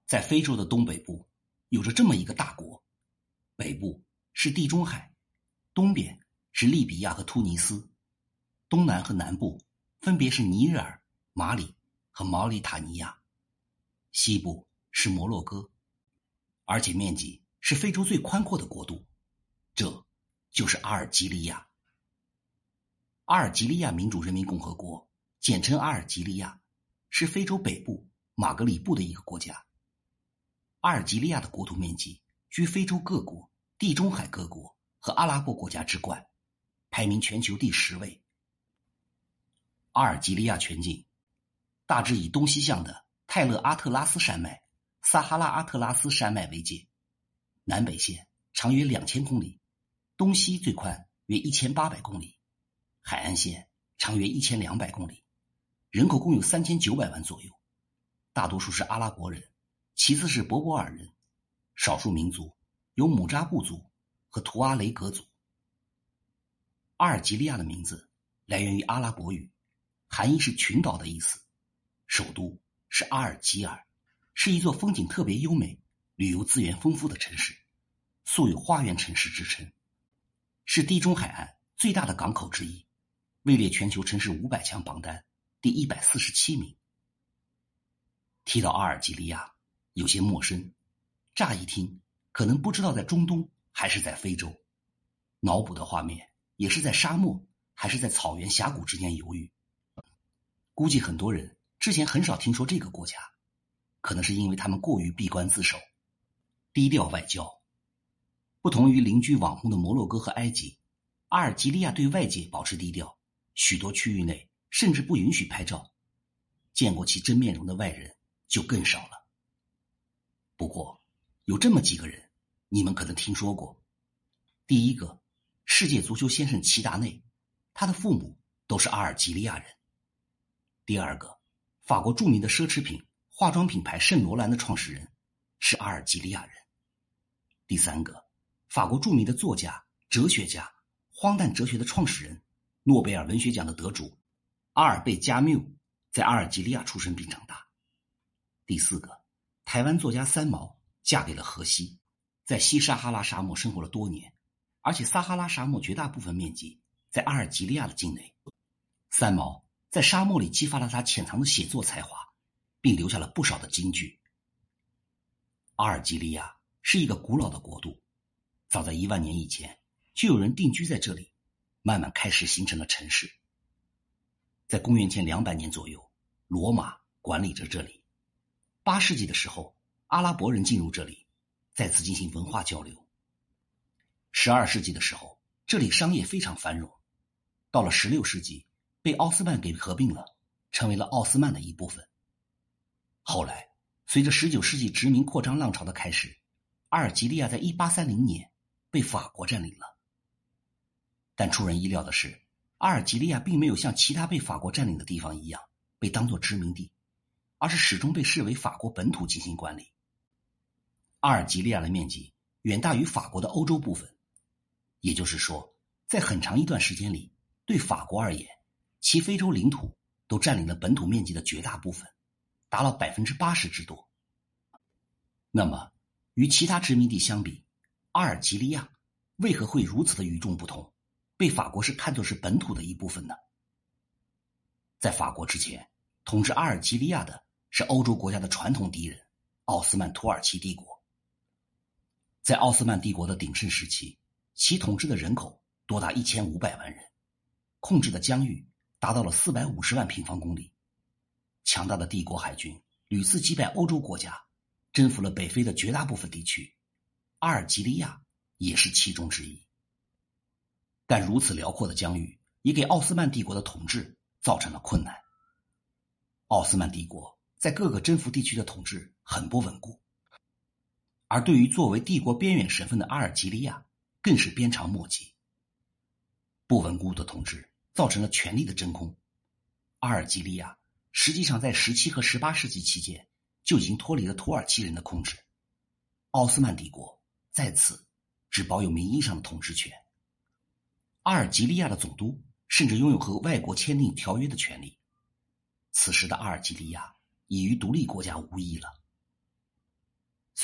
在非洲的东北部，有着这么一个大国，北部是地中海，东边是利比亚和突尼斯，东南和南部分别是尼日尔、马里和毛里塔尼亚，西部是摩洛哥，而且面积是非洲最宽阔的国度，这就是阿尔及利亚。阿尔及利亚民主人民共和国，简称阿尔及利亚，是非洲北部马格里布的一个国家。阿尔及利亚的国土面积居非洲各国、地中海各国和阿拉伯国家之冠，排名全球第10位。阿尔及利亚全境大致以东西向的泰勒阿特拉斯山脉、撒哈拉阿特拉斯山脉为界，南北线长约2000公里，东西最宽约1800公里，海岸线长约1200公里，人口共有3900万左右，大多数是阿拉伯人，其次是博博尔人，少数民族有姆扎布族和图阿雷格族。阿尔及利亚的名字来源于阿拉伯语，含义是群岛的意思，首都是阿尔及尔，是一座风景特别优美、旅游资源丰富的城市，素有花园城市之称，是地中海岸最大的港口之一，位列全球城市500强榜单第147名。提到阿尔及利亚有些陌生，乍一听可能不知道在中东还是在非洲，脑补的画面也是在沙漠还是在草原峡谷之间犹豫。估计很多人之前很少听说这个国家，可能是因为他们过于闭关自守，低调外交。不同于邻居网红的摩洛哥和埃及，阿尔及利亚对外界保持低调，许多区域内甚至不允许拍照，见过其真面容的外人就更少了。不过有这么几个人你们可能听说过。第一个，世界足球先生齐达内，他的父母都是阿尔及利亚人。第二个，法国著名的奢侈品化妆品牌圣罗兰的创始人是阿尔及利亚人。第三个，法国著名的作家、哲学家、荒诞哲学的创始人、诺贝尔文学奖的得主阿尔贝·加缪在阿尔及利亚出生并长大。第四个，台湾作家三毛嫁给了荷西，在西撒哈拉沙漠生活了多年，而且撒哈拉沙漠绝大部分面积在阿尔及利亚的境内。三毛在沙漠里激发了他潜藏的写作才华，并留下了不少的金句。阿尔及利亚是一个古老的国度，早在1万年以前就有人定居在这里，慢慢开始形成了城市。在公元前200年左右，罗马管理着这里。8世纪的时候，阿拉伯人进入这里，再次进行文化交流。12世纪的时候，这里商业非常繁荣。到了16世纪，被奥斯曼给合并了，成为了奥斯曼的一部分。后来，随着19世纪殖民扩张浪潮的开始，阿尔及利亚在1830年被法国占领了。但出人意料的是，阿尔及利亚并没有像其他被法国占领的地方一样被当作殖民地，而是始终被视为法国本土进行管理。阿尔及利亚的面积远大于法国的欧洲部分，也就是说，在很长一段时间里，对法国而言，其非洲领土都占领了本土面积的绝大部分，达到80%之多。那么，与其他殖民地相比，阿尔及利亚为何会如此的与众不同，被法国看作是本土的一部分呢？在法国之前，统治阿尔及利亚的是欧洲国家的传统敌人奥斯曼土耳其帝国。在奥斯曼帝国的鼎盛时期，其统治的人口多达1500万人，控制的疆域达到了450万平方公里。强大的帝国海军屡次击败欧洲国家，征服了北非的绝大部分地区，阿尔及利亚也是其中之一。但如此辽阔的疆域也给奥斯曼帝国的统治造成了困难。奥斯曼帝国在各个征服地区的统治很不稳固，而对于作为帝国边远省份的阿尔及利亚更是鞭长莫及。不稳固的统治造成了权力的真空。阿尔及利亚实际上在17和18世纪期间就已经脱离了土耳其人的控制，奥斯曼帝国在此只保有名义上的统治权。阿尔及利亚的总督甚至拥有和外国签订条约的权利。此时的阿尔及利亚已与独立国家无异了。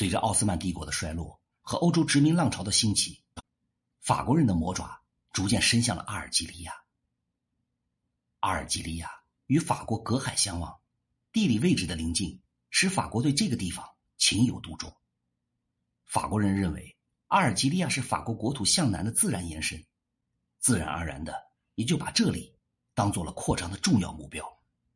随着奥斯曼帝国的衰落和欧洲殖民浪潮的兴起，法国人的魔爪逐渐伸向了阿尔及利亚。阿尔及利亚与法国隔海相望，地理位置的临近使法国对这个地方情有独钟。法国人认为阿尔及利亚是法国国土向南的自然延伸，自然而然的也就把这里当做了扩张的重要目标。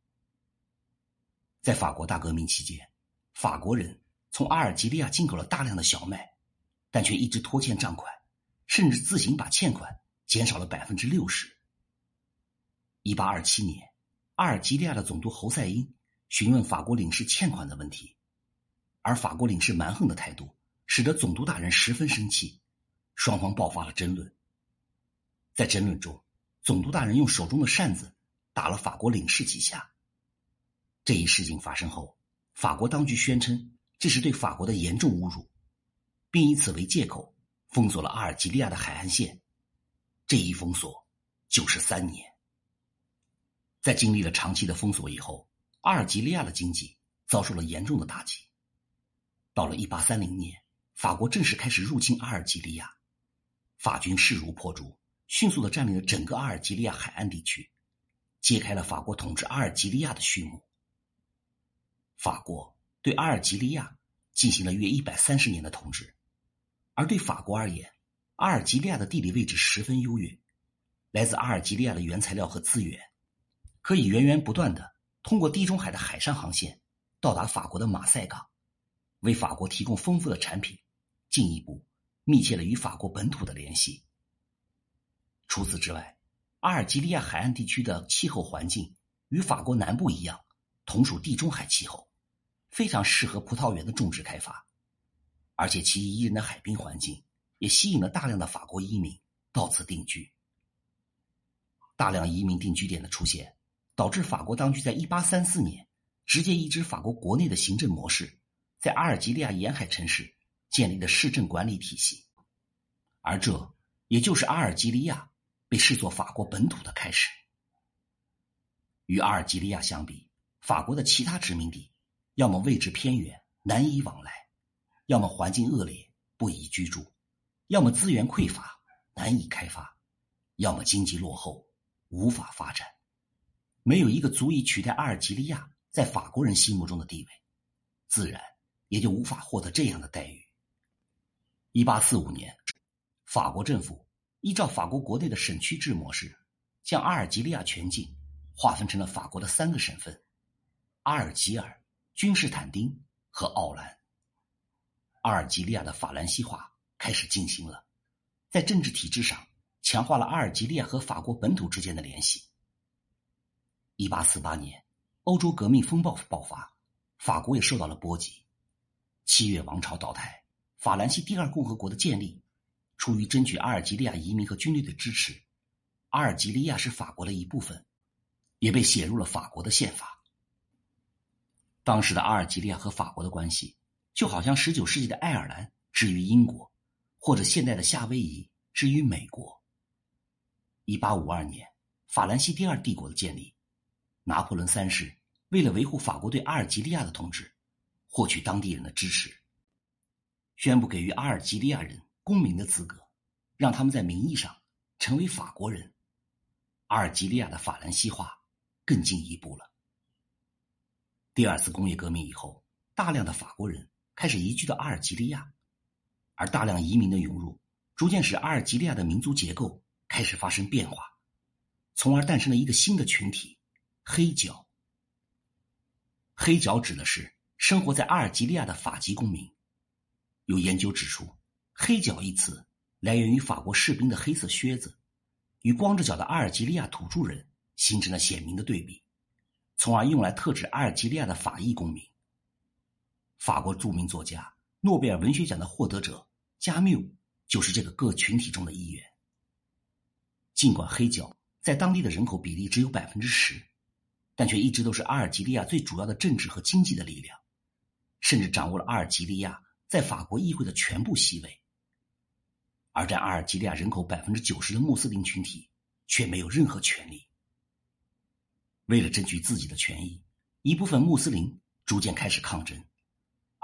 在法国大革命期间，法国人从阿尔及利亚进口了大量的小麦，但却一直拖欠账款，甚至自行把欠款减少了 60%。1827年，阿尔及利亚的总督侯赛因询问法国领事欠款的问题，而法国领事蛮横的态度使得总督大人十分生气，双方爆发了争论。在争论中，总督大人用手中的扇子打了法国领事几下。这一事情发生后，法国当局宣称这是对法国的严重侮辱，并以此为借口封锁了阿尔及利亚的海岸线。这一封锁就是3年。在经历了长期的封锁以后，阿尔及利亚的经济遭受了严重的打击。到了1830年，法国正式开始入侵阿尔及利亚，法军势如破竹，迅速地占领了整个阿尔及利亚海岸地区，揭开了法国统治阿尔及利亚的序幕。法国对阿尔及利亚进行了约130年的统治，而对法国而言，阿尔及利亚的地理位置十分优越，来自阿尔及利亚的原材料和资源可以源源不断地通过地中海的海上航线到达法国的马赛港，为法国提供丰富的产品，进一步密切了与法国本土的联系。除此之外，阿尔及利亚海岸地区的气候环境与法国南部一样，同属地中海气候，非常适合葡萄园的种植开发，而且其宜人的海滨环境也吸引了大量的法国移民到此定居。大量移民定居点的出现，导致法国当局在1834年直接移植法国国内的行政模式，在阿尔及利亚沿海城市建立了市政管理体系，而这也就是阿尔及利亚被视作法国本土的开始。与阿尔及利亚相比，法国的其他殖民地要么位置偏远难以往来，要么环境恶劣不宜居住，要么资源匮乏难以开发，要么经济落后无法发展，没有一个足以取代阿尔及利亚在法国人心目中的地位，自然也就无法获得这样的待遇。1845年，法国政府依照法国国内的省区制模式，将阿尔及利亚全境划分成了法国的3个省份：阿尔及尔、君士坦丁和奥兰。阿尔及利亚的法兰西化开始进行了，在政治体制上强化了阿尔及利亚和法国本土之间的联系。1848年，欧洲革命风暴爆发，法国也受到了波及。7月王朝倒台，法兰西第二共和国的建立，出于争取阿尔及利亚移民和军队的支持，阿尔及利亚是法国的一部分，也被写入了法国的宪法。当时的阿尔及利亚和法国的关系，就好像19世纪的爱尔兰至于英国，或者现代的夏威夷至于美国。1852年，法兰西第二帝国的建立，拿破仑3世为了维护法国对阿尔及利亚的统治，获取当地人的支持，宣布给予阿尔及利亚人公民的资格，让他们在名义上成为法国人。阿尔及利亚的法兰西化更进一步了。第二次工业革命以后，大量的法国人开始移居到阿尔及利亚，而大量移民的涌入逐渐使阿尔及利亚的民族结构开始发生变化，从而诞生了一个新的群体——黑脚。黑脚指的是生活在阿尔及利亚的法籍公民。有研究指出，黑脚一词来源于法国士兵的黑色靴子，与光着脚的阿尔及利亚土著人形成了鲜明的对比，从而用来特指阿尔及利亚的法裔公民。法国著名作家、诺贝尔文学奖的获得者加缪就是这个各群体中的一员。尽管黑脚在当地的人口比例只有 10%， 但却一直都是阿尔及利亚最主要的政治和经济的力量，甚至掌握了阿尔及利亚在法国议会的全部席位。而占阿尔及利亚人口 90% 的穆斯林群体却没有任何权利。为了争取自己的权益，一部分穆斯林逐渐开始抗争。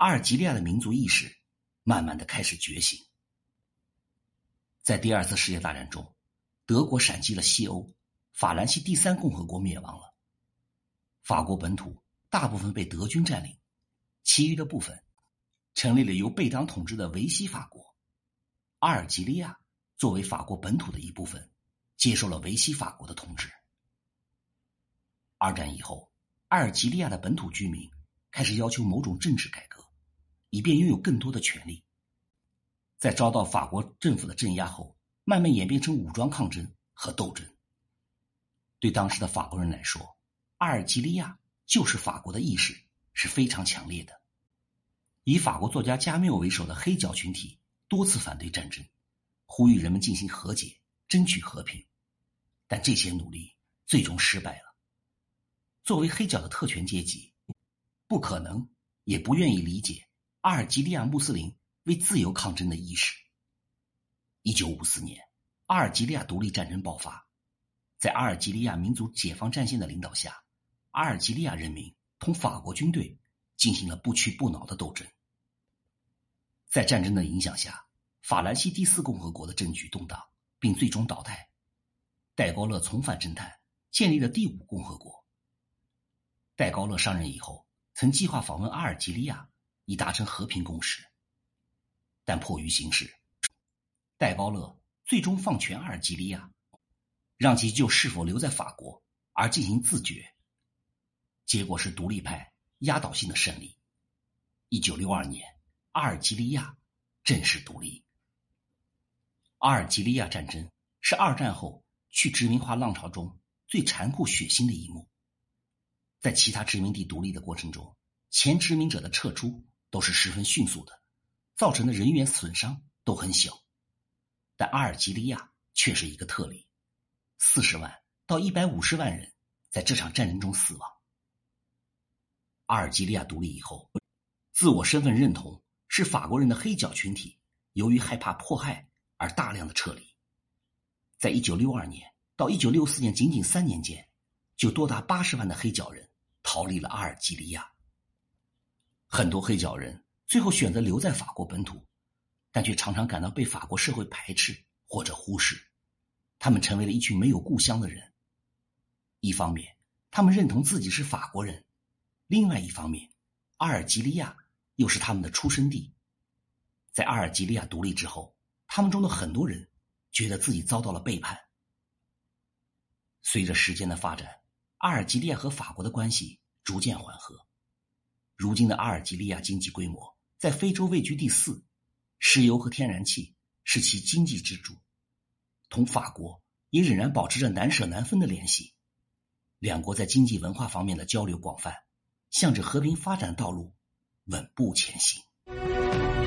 阿尔及利亚的民族意识慢慢的开始觉醒。在第二次世界大战中，德国闪击了西欧，法兰西第三共和国灭亡了。法国本土大部分被德军占领，其余的部分成立了由贝当统治的维希法国。阿尔及利亚作为法国本土的一部分，接受了维希法国的统治。二战以后，阿尔及利亚的本土居民开始要求某种政治改革，以便拥有更多的权利。在遭到法国政府的镇压后，慢慢演变成武装抗争和斗争。对当时的法国人来说，阿尔及利亚就是法国的意识是非常强烈的。以法国作家加缪为首的黑脚群体多次反对战争，呼吁人们进行和解，争取和平，但这些努力最终失败了。作为黑脚的特权阶级，不可能也不愿意理解阿尔及利亚穆斯林为自由抗争的意识。1954年，阿尔及利亚独立战争爆发，在阿尔及利亚民族解放战线的领导下，阿尔及利亚人民同法国军队进行了不屈不挠的斗争。在战争的影响下，法兰西第四共和国的政局动荡，并最终倒台。戴高乐重返政坛，建立了第五共和国。戴高乐上任以后，曾计划访问阿尔及利亚，以达成和平共识。但迫于形势，戴高乐最终放权阿尔及利亚，让其就是否留在法国而进行自决。结果是独立派压倒性的胜利。1962年，阿尔及利亚正式独立。阿尔及利亚战争是二战后去殖民化浪潮中最残酷血腥的一幕。在其他殖民地独立的过程中，前殖民者的撤出都是十分迅速的，造成的人员损伤都很小。但阿尔及利亚却是一个特例，40万到150万人在这场战争中死亡。阿尔及利亚独立以后，自我身份认同是法国人的黑脚群体由于害怕迫害而大量的撤离。在1962年到1964年仅仅3年间，就多达80万的黑脚人逃离了阿尔及利亚。很多黑脚人最后选择留在法国本土，但却常常感到被法国社会排斥或者忽视。他们成为了一群没有故乡的人。一方面，他们认同自己是法国人；另外一方面，阿尔及利亚又是他们的出生地。在阿尔及利亚独立之后，他们中的很多人觉得自己遭到了背叛。随着时间的发展，阿尔及利亚和法国的关系逐渐缓和。如今的阿尔及利亚经济规模在非洲位居第4，石油和天然气是其经济支柱，同法国也仍然保持着难舍难分的联系。两国在经济文化方面的交流广泛，向着和平发展道路稳步前行。